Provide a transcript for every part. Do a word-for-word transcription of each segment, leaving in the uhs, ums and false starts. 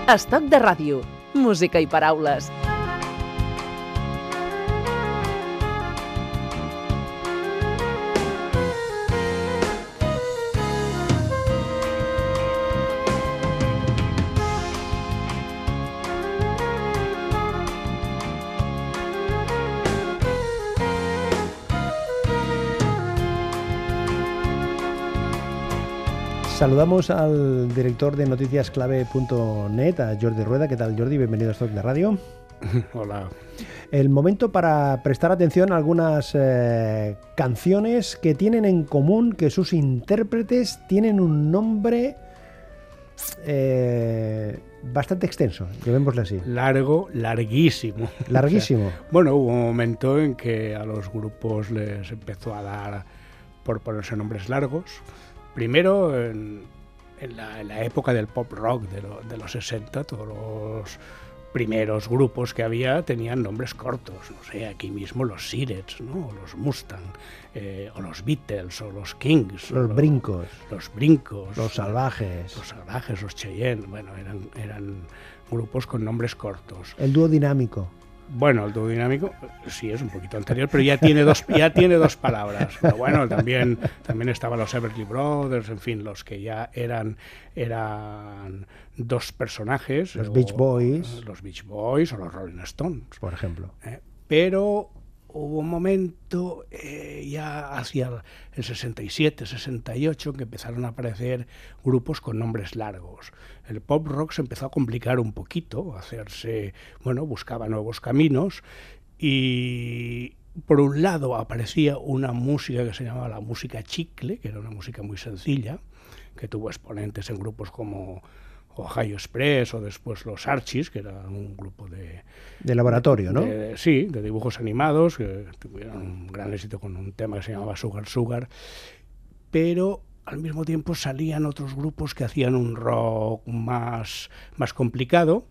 Estoc de ràdio, música i paraules. Saludamos al director de noticias clave punto net, a Jordi Rueda. ¿Qué tal, Jordi? Bienvenido a Estoc de Radio. Hola. El momento para prestar atención a algunas eh, canciones que tienen en común que sus intérpretes tienen un nombre eh, bastante extenso, llamémosle así. Largo, larguísimo. Larguísimo. O sea, bueno, hubo un momento en que a los grupos les empezó a dar por ponerse nombres largos. Primero, en, en, la, en la época del pop rock de, lo, de los sesenta, todos los primeros grupos que había tenían nombres cortos. No sé, aquí mismo los Sirets, ¿no? O los Mustang, eh, o los Beatles, o los Kings. Los o Brincos. Los Brincos. Los Salvajes. Los Salvajes, los Cheyenne. Bueno, eran, eran grupos con nombres cortos. El dúo dinámico. Bueno, el dúo dinámico sí es un poquito anterior, pero ya tiene dos, ya tiene dos palabras. Pero bueno, también, también estaban los Everly Brothers, en fin, los que ya eran, eran dos personajes. Los o, Beach Boys. Los Beach Boys o los Rolling Stones. Por ejemplo. Eh, pero hubo un momento, eh, ya hacia el sesenta y siete, sesenta y ocho, que empezaron a aparecer grupos con nombres largos. El pop rock se empezó a complicar un poquito, a hacerse, bueno, buscaba nuevos caminos y por un lado aparecía una música que se llamaba la música chicle, que era una música muy sencilla, que tuvo exponentes en grupos como Ohio Express o después los Archies, que era un grupo de... De laboratorio, de, ¿no? De, sí, de dibujos animados, que tuvieron un gran éxito con un tema que se llamaba Sugar Sugar, pero al mismo tiempo salían otros grupos que hacían un rock más, más complicado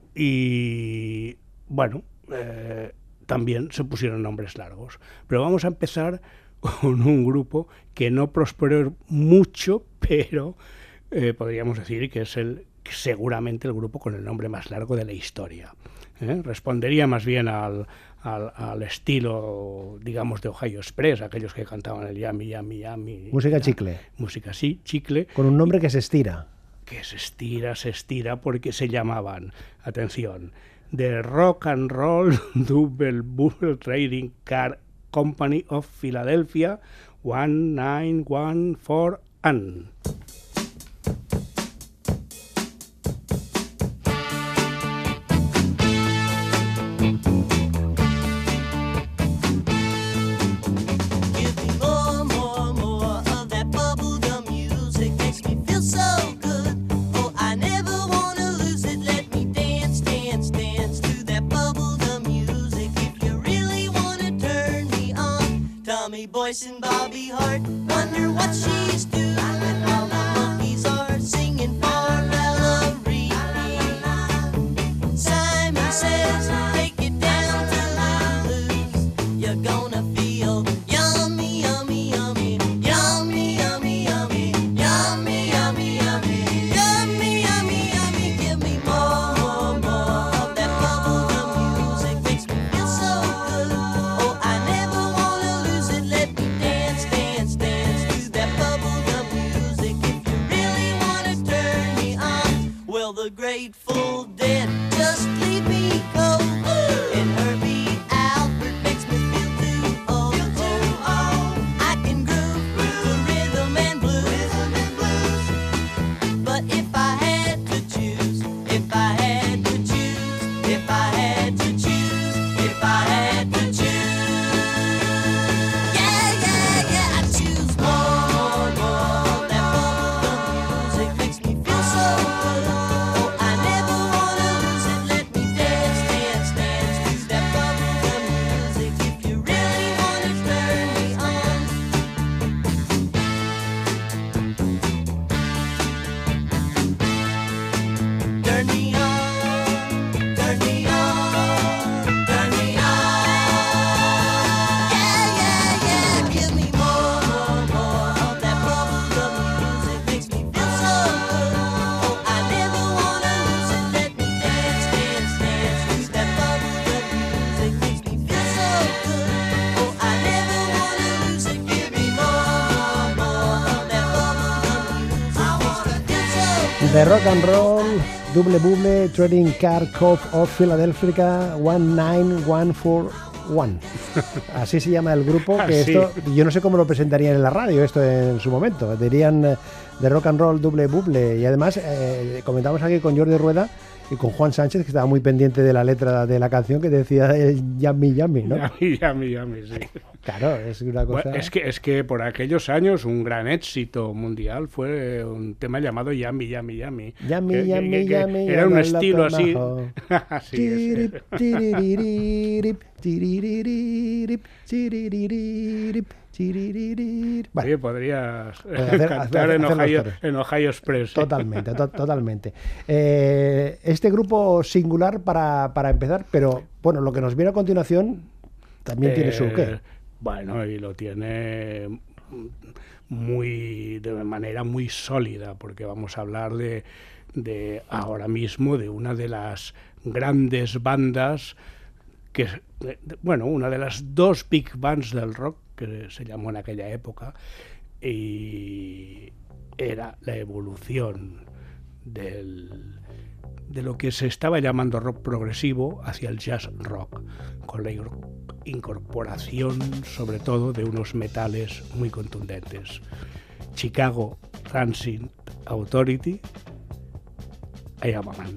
y, bueno, eh, también se pusieron nombres largos. Pero vamos a empezar con un grupo que no prosperó mucho, pero eh, podríamos decir que es el seguramente el grupo con el nombre más largo de la historia. ¿eh? Respondería más bien al, al, al estilo, digamos, de Ohio Express, aquellos que cantaban el Yummy, Yummy, Yummy. Música ya, chicle. Música sí, chicle. Con un nombre que se estira. Que se estira, se estira, porque se llamaban, atención, The Rock and Roll Double Bull Trading Car Company of Philadelphia, one nine one four N. Boyce and Bobby Hart wonder what she's doing when all the monkeys are singing for Valerie. Simon says, take it down to Lulu's. You're gonna feel yummy, yummy, yummy, yummy, yummy, yummy, yummy, yummy, yummy, yummy, yummy, yummy. Give me more, more, more of that bubblegum music. Makes me feel so good. Oh, I never wanna lose it. Let dance, dance, dance to that bubblegum music. If you really wanna turn me on, well, the Grateful Dead just leave me cold. And Herbie Albert makes me feel too old. I can groove to rhythm and blues. But if I had to choose, if I had to choose, if I had to choose, if I had to choose. More, more, that bubblegum music makes me feel so good. Oh, I never The Rock and Roll Double Bubble Trading Card Code of Philadelphia uno nueve uno cuatro uno. Así se llama el grupo, que Así. esto yo no sé cómo lo presentarían en la radio esto en su momento. Dirían eh, The Rock and Roll Double Bubble. Y además eh, comentamos aquí con Jordi Rueda y con Juan Sánchez, que estaba muy pendiente de la letra de la canción, que decía el Yummy Yummy, ¿no? Yummy, yummy, yummy, sí. Claro, es una cosa... Bueno, es que es que por aquellos años un gran éxito mundial fue un tema llamado Yummy, Yummy, Yummy. Yummy, Que- que- yummy, que- que yummy, era un yummy, estilo loco así. majo. Así es. Tirip, tiriririp, tiriririp, tiriririp, tiriririp. Bueno, Oye, podrías Puede hacer- cantar hacer- en, hacer los Ohio, coros. en Ohio Express. totalmente, to- totalmente. Eh, este grupo singular para, para empezar, pero bueno, lo que nos viene a continuación también tiene su Eh, qué. Bueno, y lo tiene muy de manera muy sólida, porque vamos a hablar de, de ahora mismo de una de las grandes bandas que, de- de- bueno, una de las dos big bands del rock que se llamó en aquella época, y era la evolución del, de lo que se estaba llamando rock progresivo hacia el jazz rock, con la incorporación incorporación sobre todo de unos metales muy contundentes. Chicago Transit Authority, I Am a Man.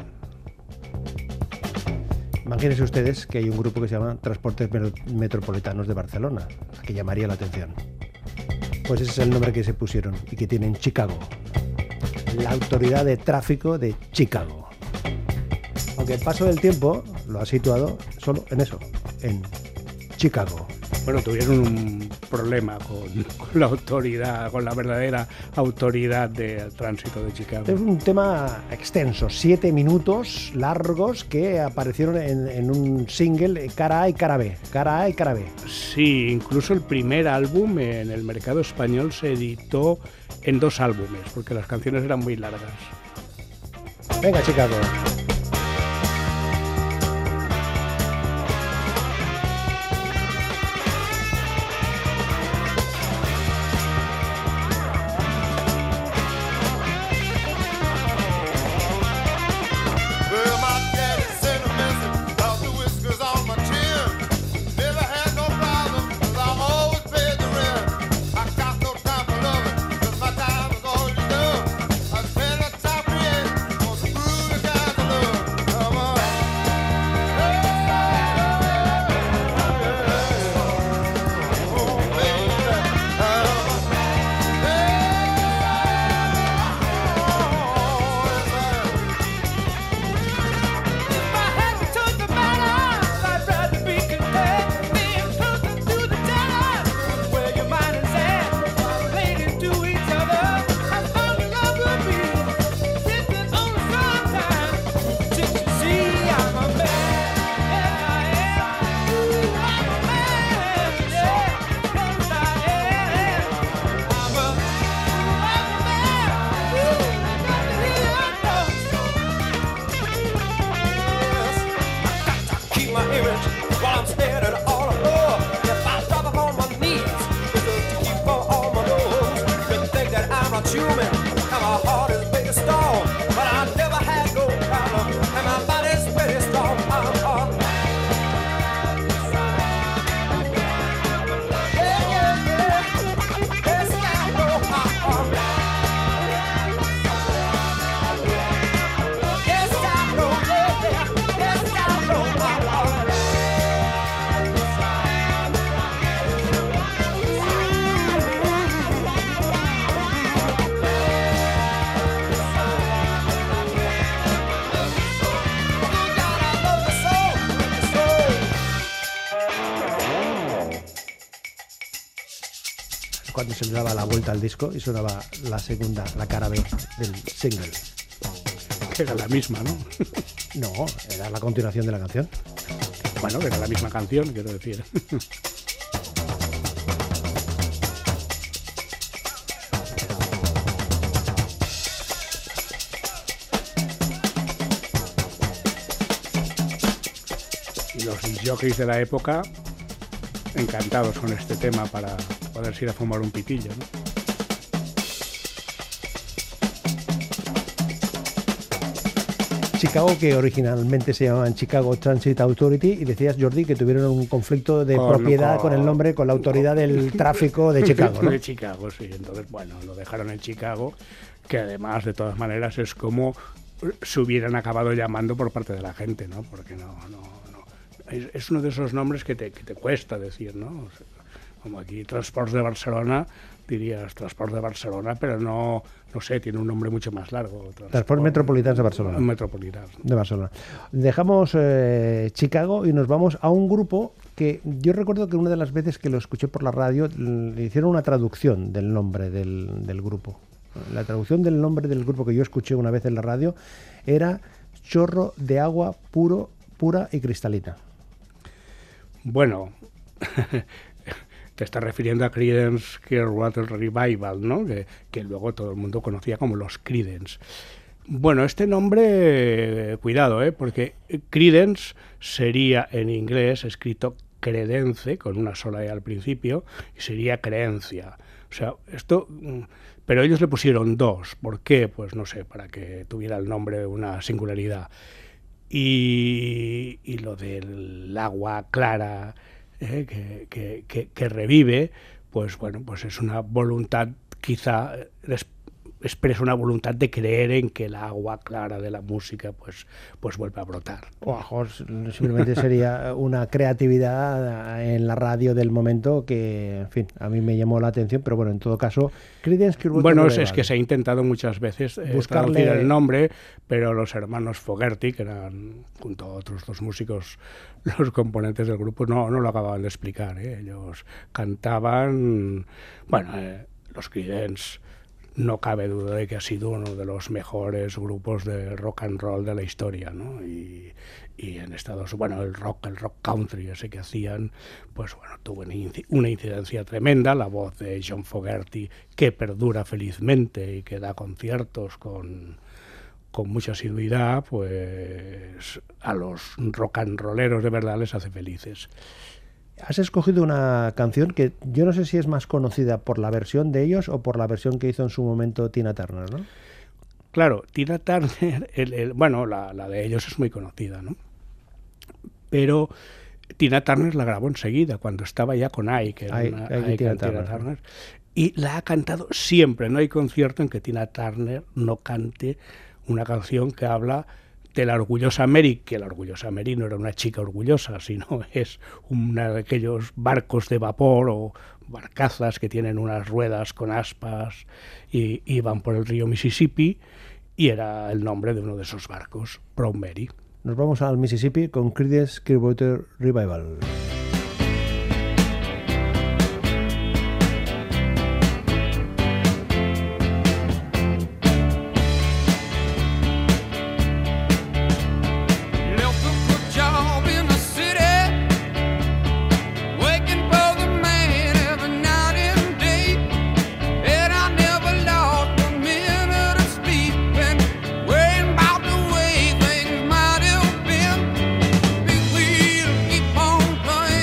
Imagínense ustedes que hay un grupo que se llama Transportes Met- Metropolitanos de Barcelona, que llamaría la atención. Pues ese es el nombre que se pusieron y que tienen Chicago. La autoridad de tráfico de Chicago. Aunque el paso del tiempo lo ha situado solo en eso, en Chicago. Bueno, tuvieron un problema con, con la autoridad, con la verdadera autoridad del tránsito de Chicago. Es un tema extenso, siete minutos largos que aparecieron en, en un single, cara A y cara B, cara A y cara B. Sí, incluso el primer álbum en el mercado español se editó en dos álbumes, porque las canciones eran muy largas. Venga, Chicago. Well, my daddy sent a message about the whiskers on my chin. Never had no problem, 'cause I always paid the rent. I got no time for loving, 'cause my time is all you know. I spend a time creating for some groovy kind of love. Come on. Oh, baby. If I had to took the matter, I'd rather be content than closer to the tenor. Where your mind is at, related to each other. I found a love would be sitting on the front time. Since you see, I'm a man, yes I am. Ooh, I'm a man, yeah, yes I am. I'm a, ooh, I'm a man. Ooh, I got to hear your thoughts. Keep my image while I'm standing on the floor. If I drop upon my knees, it's just to keep on on my nose. You think that I'm not human, and my heart is made of stone. But I never had no problem, and my body's pretty strong. I'm a yeah, yeah, yeah. Yes, I know I'm a yes, I know, yeah, yeah. Yes, I know I'm a Cuando se le daba la vuelta al disco y sonaba la segunda, la cara B del single. Era la misma, ¿no? No, era la continuación de la canción. Bueno, era la misma canción, quiero decir. Y los jockeys de la época encantados con este tema para poderse ir a fumar un pitillo, ¿no? Chicago, que originalmente se llamaban Chicago Transit Authority, y decías, Jordi, que tuvieron un conflicto de Con- propiedad con- con el nombre, con la autoridad del tráfico de Chicago, ¿no? De Chicago, sí. Entonces, bueno, lo dejaron en Chicago, que además, de todas maneras, es como se hubieran acabado llamando por parte de la gente, ¿no? Porque no, no, no. Es, es uno de esos nombres que te, que te cuesta decir, ¿no? O sea, como aquí, Transports de Barcelona, dirías Transports de Barcelona, pero no, no sé, tiene un nombre mucho más largo. Transports Metropolitans de Barcelona. Metropolitans. De Barcelona. Dejamos eh, Chicago y nos vamos a un grupo que yo recuerdo que una de las veces que lo escuché por la radio le hicieron una traducción del nombre del, del grupo. La traducción del nombre del grupo que yo escuché una vez en la radio era Chorro de agua puro, pura y cristalina. Bueno, te estás refiriendo a Creedence Clearwater Revival, ¿no? Que, que luego todo el mundo conocía como los Creedence. Bueno, este nombre, eh, cuidado, ¿eh? Porque Creedence sería en inglés escrito credence, con una sola E al principio, y sería creencia. O sea, esto... Pero ellos le pusieron dos. ¿Por qué? Pues no sé, para que tuviera el nombre una singularidad. Y, y lo del agua clara, eh, que, que, que, que revive, pues bueno, pues es una voluntad, quizá es, expresa una voluntad de creer en que el agua clara de la música pues, pues vuelve a brotar. O a lo mejor simplemente sería una creatividad en la radio del momento que, en fin, a mí me llamó la atención, pero bueno, en todo caso, Creedence Clearwater Bueno, es, Revival. es que se ha intentado muchas veces eh, Buscarle- traducir el nombre, pero los hermanos Fogerty, que eran junto a otros dos músicos los componentes del grupo, no, no lo acababan de explicar, ¿eh? Ellos cantaban, bueno, eh, los Creedence, no cabe duda de que ha sido uno de los mejores grupos de rock and roll de la historia, ¿no? Y, y en Estados Unidos, bueno, el rock, el rock country ese que hacían, pues bueno, tuvo una inci- una incidencia tremenda, la voz de John Fogerty, que perdura felizmente y que da conciertos con, con mucha asiduidad, pues a los rock and rolleros de verdad les hace felices. Has escogido una canción que yo no sé si es más conocida por la versión de ellos o por la versión que hizo en su momento Tina Turner, ¿no? Claro, Tina Turner, el, el, bueno, la, la de ellos es muy conocida, ¿no? Pero Tina Turner la grabó enseguida, cuando estaba ya con Ike, era Ike- una- Ike y Ike Tina and Tina Turner. Turner, y la ha cantado siempre. No hay concierto en que Tina Turner no cante una canción que habla de la orgullosa Mary, que la orgullosa Mary no era una chica orgullosa, sino es una de aquellos barcos de vapor o barcazas que tienen unas ruedas con aspas y, y van por el río Mississippi, y era el nombre de uno de esos barcos, Proud Mary. Nos vamos al Mississippi con Creedence Clearwater Revival. Left a good job in the city, working for the man every night and day. And I never lost a minute of sleep when worrying about the way things might have been. Big wheel keep on turning.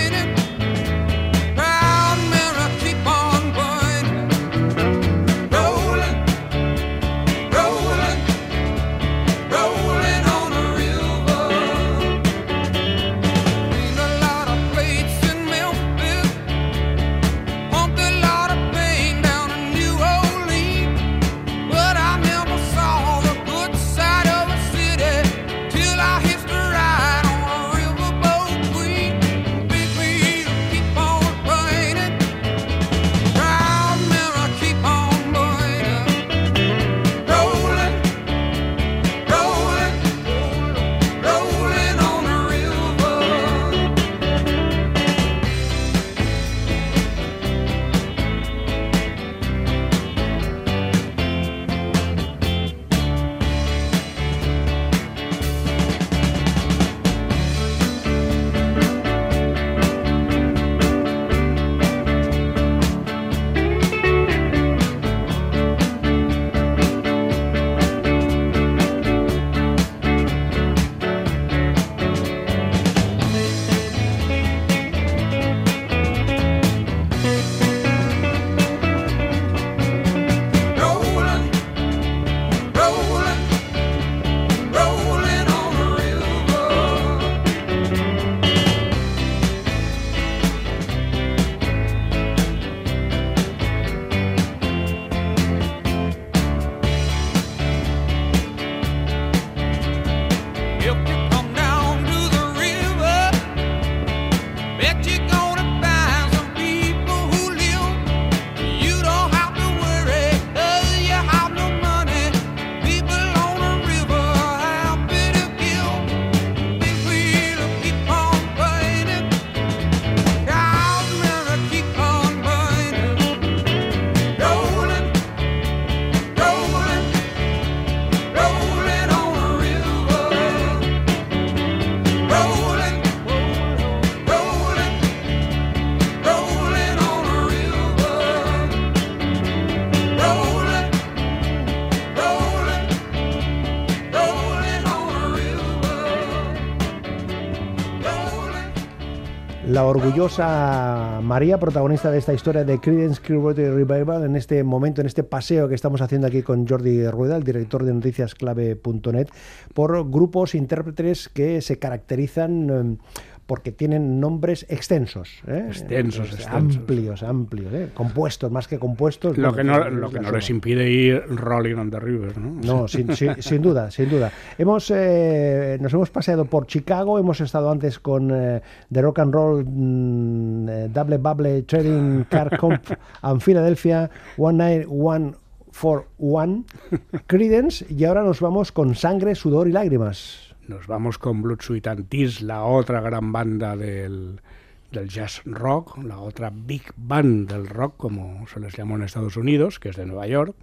La orgullosa María, protagonista de esta historia de Creedence Clearwater Revival, en este momento, en este paseo que estamos haciendo aquí con Jordi Rueda, el director de noticias clave punto net, por grupos, intérpretes que se caracterizan eh, porque tienen nombres extensos, ¿eh? Extensos, Eh, extensos. amplios, amplios, ¿eh? Compuestos, más que compuestos. Lo bueno, que no, es lo la que no suma. les impide ir rolling on the river, ¿no? No, sin, sin, sin duda, sin duda. Hemos, eh, nos hemos paseado por Chicago, hemos estado antes con eh, The Rock and Roll mm, eh, Double Bubble Trading Car Comp en Filadelfia, One Night One for One, Creedence, y ahora nos vamos con Sangre, Sudor y Lágrimas. Nos vamos con Blood, Sweat and Tears, la otra gran banda del, del jazz rock, la otra big band del rock, como se les llamó en Estados Unidos, que es de Nueva York,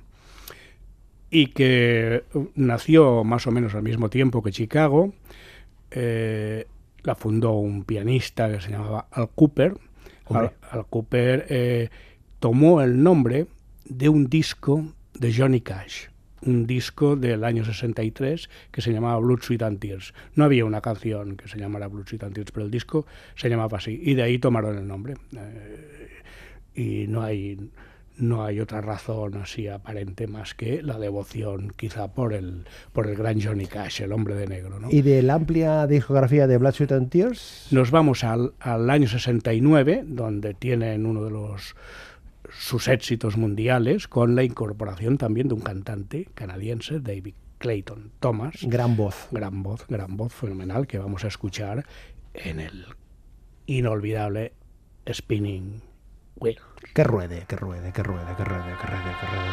y que nació más o menos al mismo tiempo que Chicago. Eh, la fundó un pianista que se llamaba Al Cooper. Al, Al Cooper eh, tomó el nombre de un disco de Johnny Cash, un disco del año sesenta y tres que se llamaba Blood, Sweat and Tears. No había una canción que se llamara Blood, Sweat and Tears, pero el disco se llamaba así, y de ahí tomaron el nombre. Eh, y no hay, no hay otra razón así aparente más que la devoción quizá por el, por el gran Johnny Cash, el hombre de negro, ¿no? Y de la amplia discografía de Blood, Sweat and Tears, Nos vamos al, al año sesenta y nueve, donde tienen uno de los sus éxitos mundiales, con la incorporación también de un cantante canadiense, David Clayton Thomas. gran voz. Gran voz, gran voz fenomenal, que vamos a escuchar en el inolvidable Spinning Wheel. Que ruede, que ruede, que ruede, que ruede, que ruede, que ruede,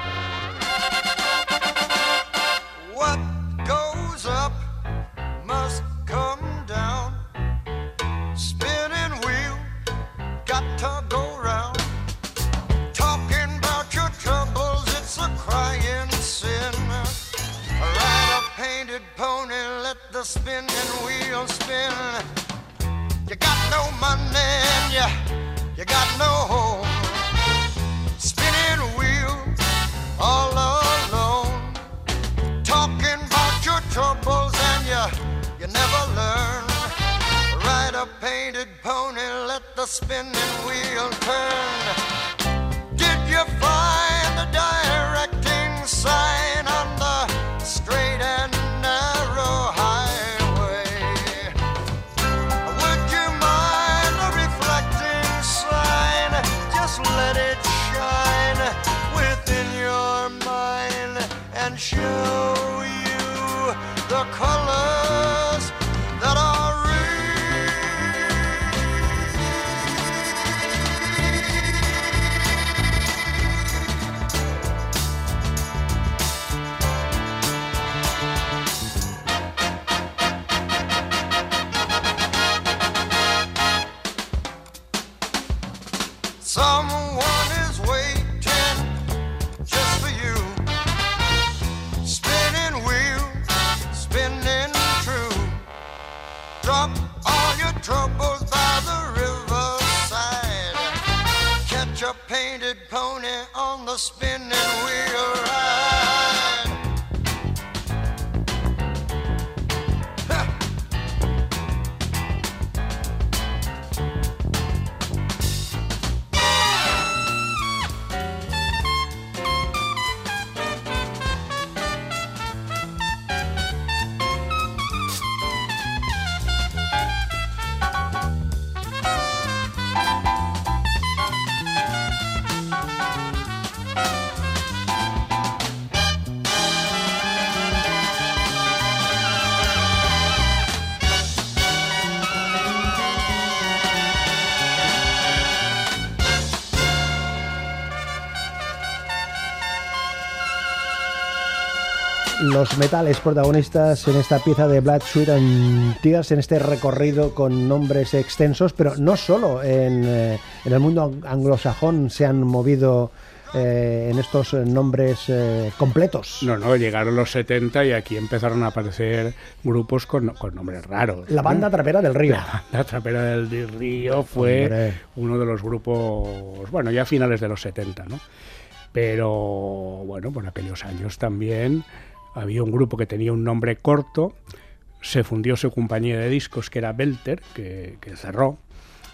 que ruede. What goes up must come down. Spinning wheel, got to go round. Talking about your troubles, it's a crying sin. Ride a painted pony, let the spinning wheel spin. You got no money and you, you got no home. Spinning wheel, all alone. Talking about your troubles and you, you never learn. Ride a painted pony, let the spinning wheel turn. Did you find the directing sign on the straight and narrow highway? Would you mind the reflecting sign? Just let it shine within your mind and show you the colors that are real. Someone is waiting just for you. Spinning wheel, spinning true. Drop all your troubles by the riverside. Catch a painted pony on the spinning wheel ride. Ha! Los metales protagonistas en esta pieza de Blood, Sweat and Tears, en este recorrido con nombres extensos, pero no solo en, eh, en el mundo anglosajón se han movido eh, en estos nombres eh, completos. No, no, llegaron los setenta y aquí empezaron a aparecer grupos con, con nombres raros. La banda ¿no? trapera del río. La Trapera del, del Río fue Hombre. uno de los grupos, bueno, ya a finales de los setenta, ¿no? Pero, bueno, por aquellos años también había un grupo que tenía un nombre corto, se fundió su compañía de discos, que era Belter, que, que cerró.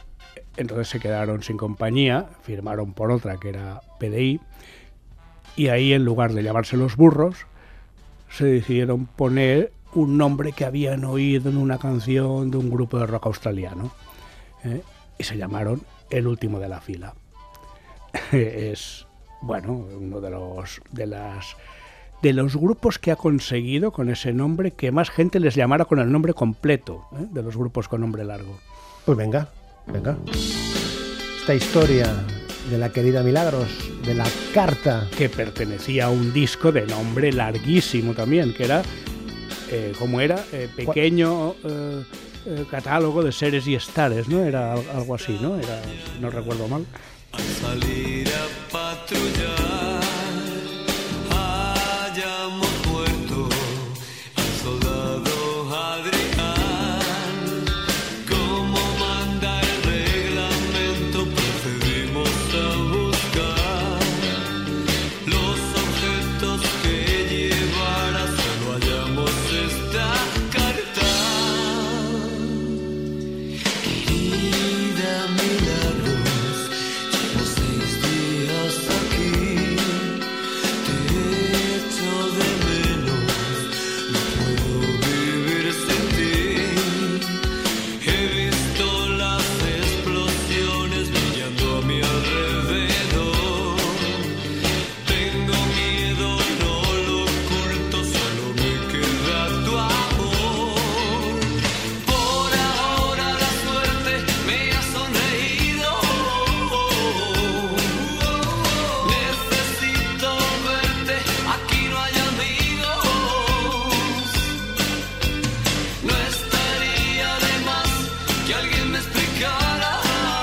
entonces se quedaron sin compañía, firmaron por otra que era P D I, y ahí en lugar de llamarse Los Burros, se decidieron poner un nombre que habían oído en una canción de un grupo de rock australiano, ¿eh? Y se llamaron El Último de la Fila. Es, bueno, uno de los, de, las, de los grupos que ha conseguido con ese nombre que más gente les llamara con el nombre completo, ¿eh? De los grupos con nombre largo. Pues venga, venga. Esta historia de la querida Milagros, de la carta. Que pertenecía a un disco de nombre larguísimo también, que era, eh, ¿cómo era? Eh, pequeño eh, eh, catálogo de seres y estares, ¿no? Era algo así, ¿no? Era, no recuerdo mal. Al salir a patrullar, hayamos muerto al soldado Adrián. Como manda el reglamento, procedimos a buscar los objetos que llevara, solo hallamos esta carta. Querida Milagros, llevo seis días aquí, te echo de menos, no puedo vivir sin ti. He visto las explosiones brillando a mi alrededor. Tengo miedo, no lo oculto, solo me queda tu amor. Por ahora la suerte me ha sonreído. Necesito verte, aquí no hay amigos. No estaría de más que alguien me explicara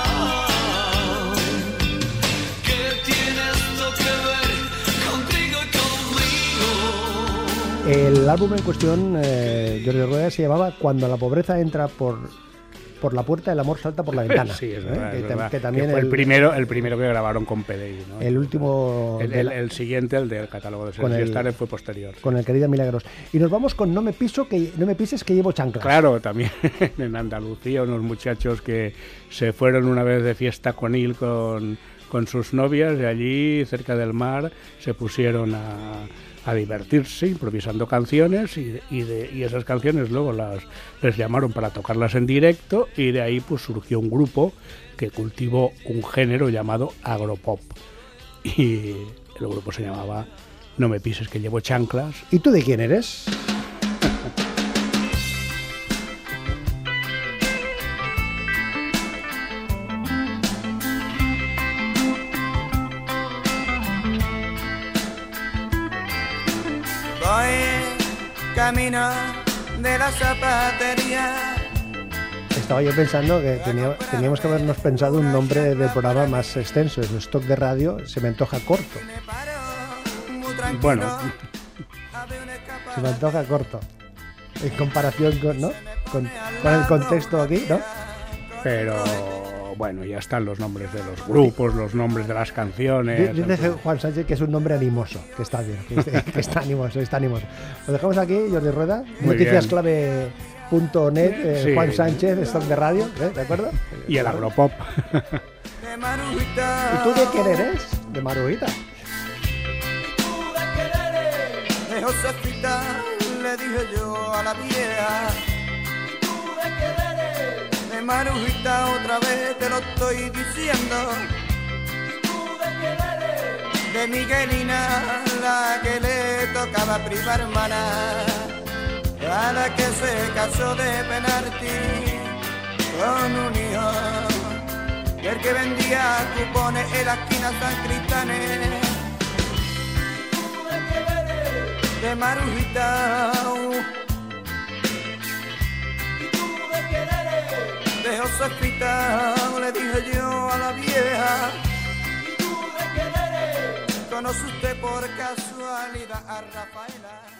qué tiene esto que ver contigo y conmigo. El álbum en cuestión, eh, Jordi Rueda, se llamaba Cuando la pobreza entra por, por la puerta, el amor salta por la ventana. Sí, es ¿eh? verdad, que, es tam- verdad. que también Que fue el, el, primero, el primero que grabaron con P D I, ¿no? el último El, de el- la- el siguiente, el del catálogo de Con series y el- estares, fue posterior. con el querida Milagros. Y nos vamos con No me piso que no me pises que llevo chanclas. Claro, también en Andalucía unos muchachos que se fueron una vez de fiesta con él con, con sus novias y allí cerca del mar se pusieron a, a divertirse improvisando canciones y, y, de, y esas canciones luego las les llamaron para tocarlas en directo y de ahí pues surgió un grupo que cultivó un género llamado agropop y el grupo se llamaba No me pises que llevo chanclas. ¿Y tú de quién eres? Voy camino de la zapatería. Estaba yo pensando que tenía- teníamos que habernos pensado un nombre del programa más extenso. El stock de radio se me antoja corto. Me paro muy tranquilo. Bueno, Había un escape Se me antoja corto. En comparación con, ¿no? con, con el contexto aquí, ¿no? pero bueno, ya están los nombres de los grupos, los nombres de las canciones. Dice Juan Sánchez que es un nombre animoso, que está bien, que, está- que está animoso, está animoso. Lo dejamos aquí, Jordi Rueda, Muy noticiasclave punto net, eh, Sí. Juan Sánchez, stock de radio, ¿eh? ¿De acuerdo? Y el agropop. de Marujita. ¿Y tú de quién eres? De Marujita. De Josefita le dije yo a la vieja. De Marujita otra vez te lo estoy diciendo. De Miguelina, la que le tocaba prima hermana, a la que se casó de penalti con un hijo, y el que vendía cupones en la esquina San Cristales. De Marujita, de Josefita le dije yo a la vieja. ¿Conoce usted por casualidad a Rafaela?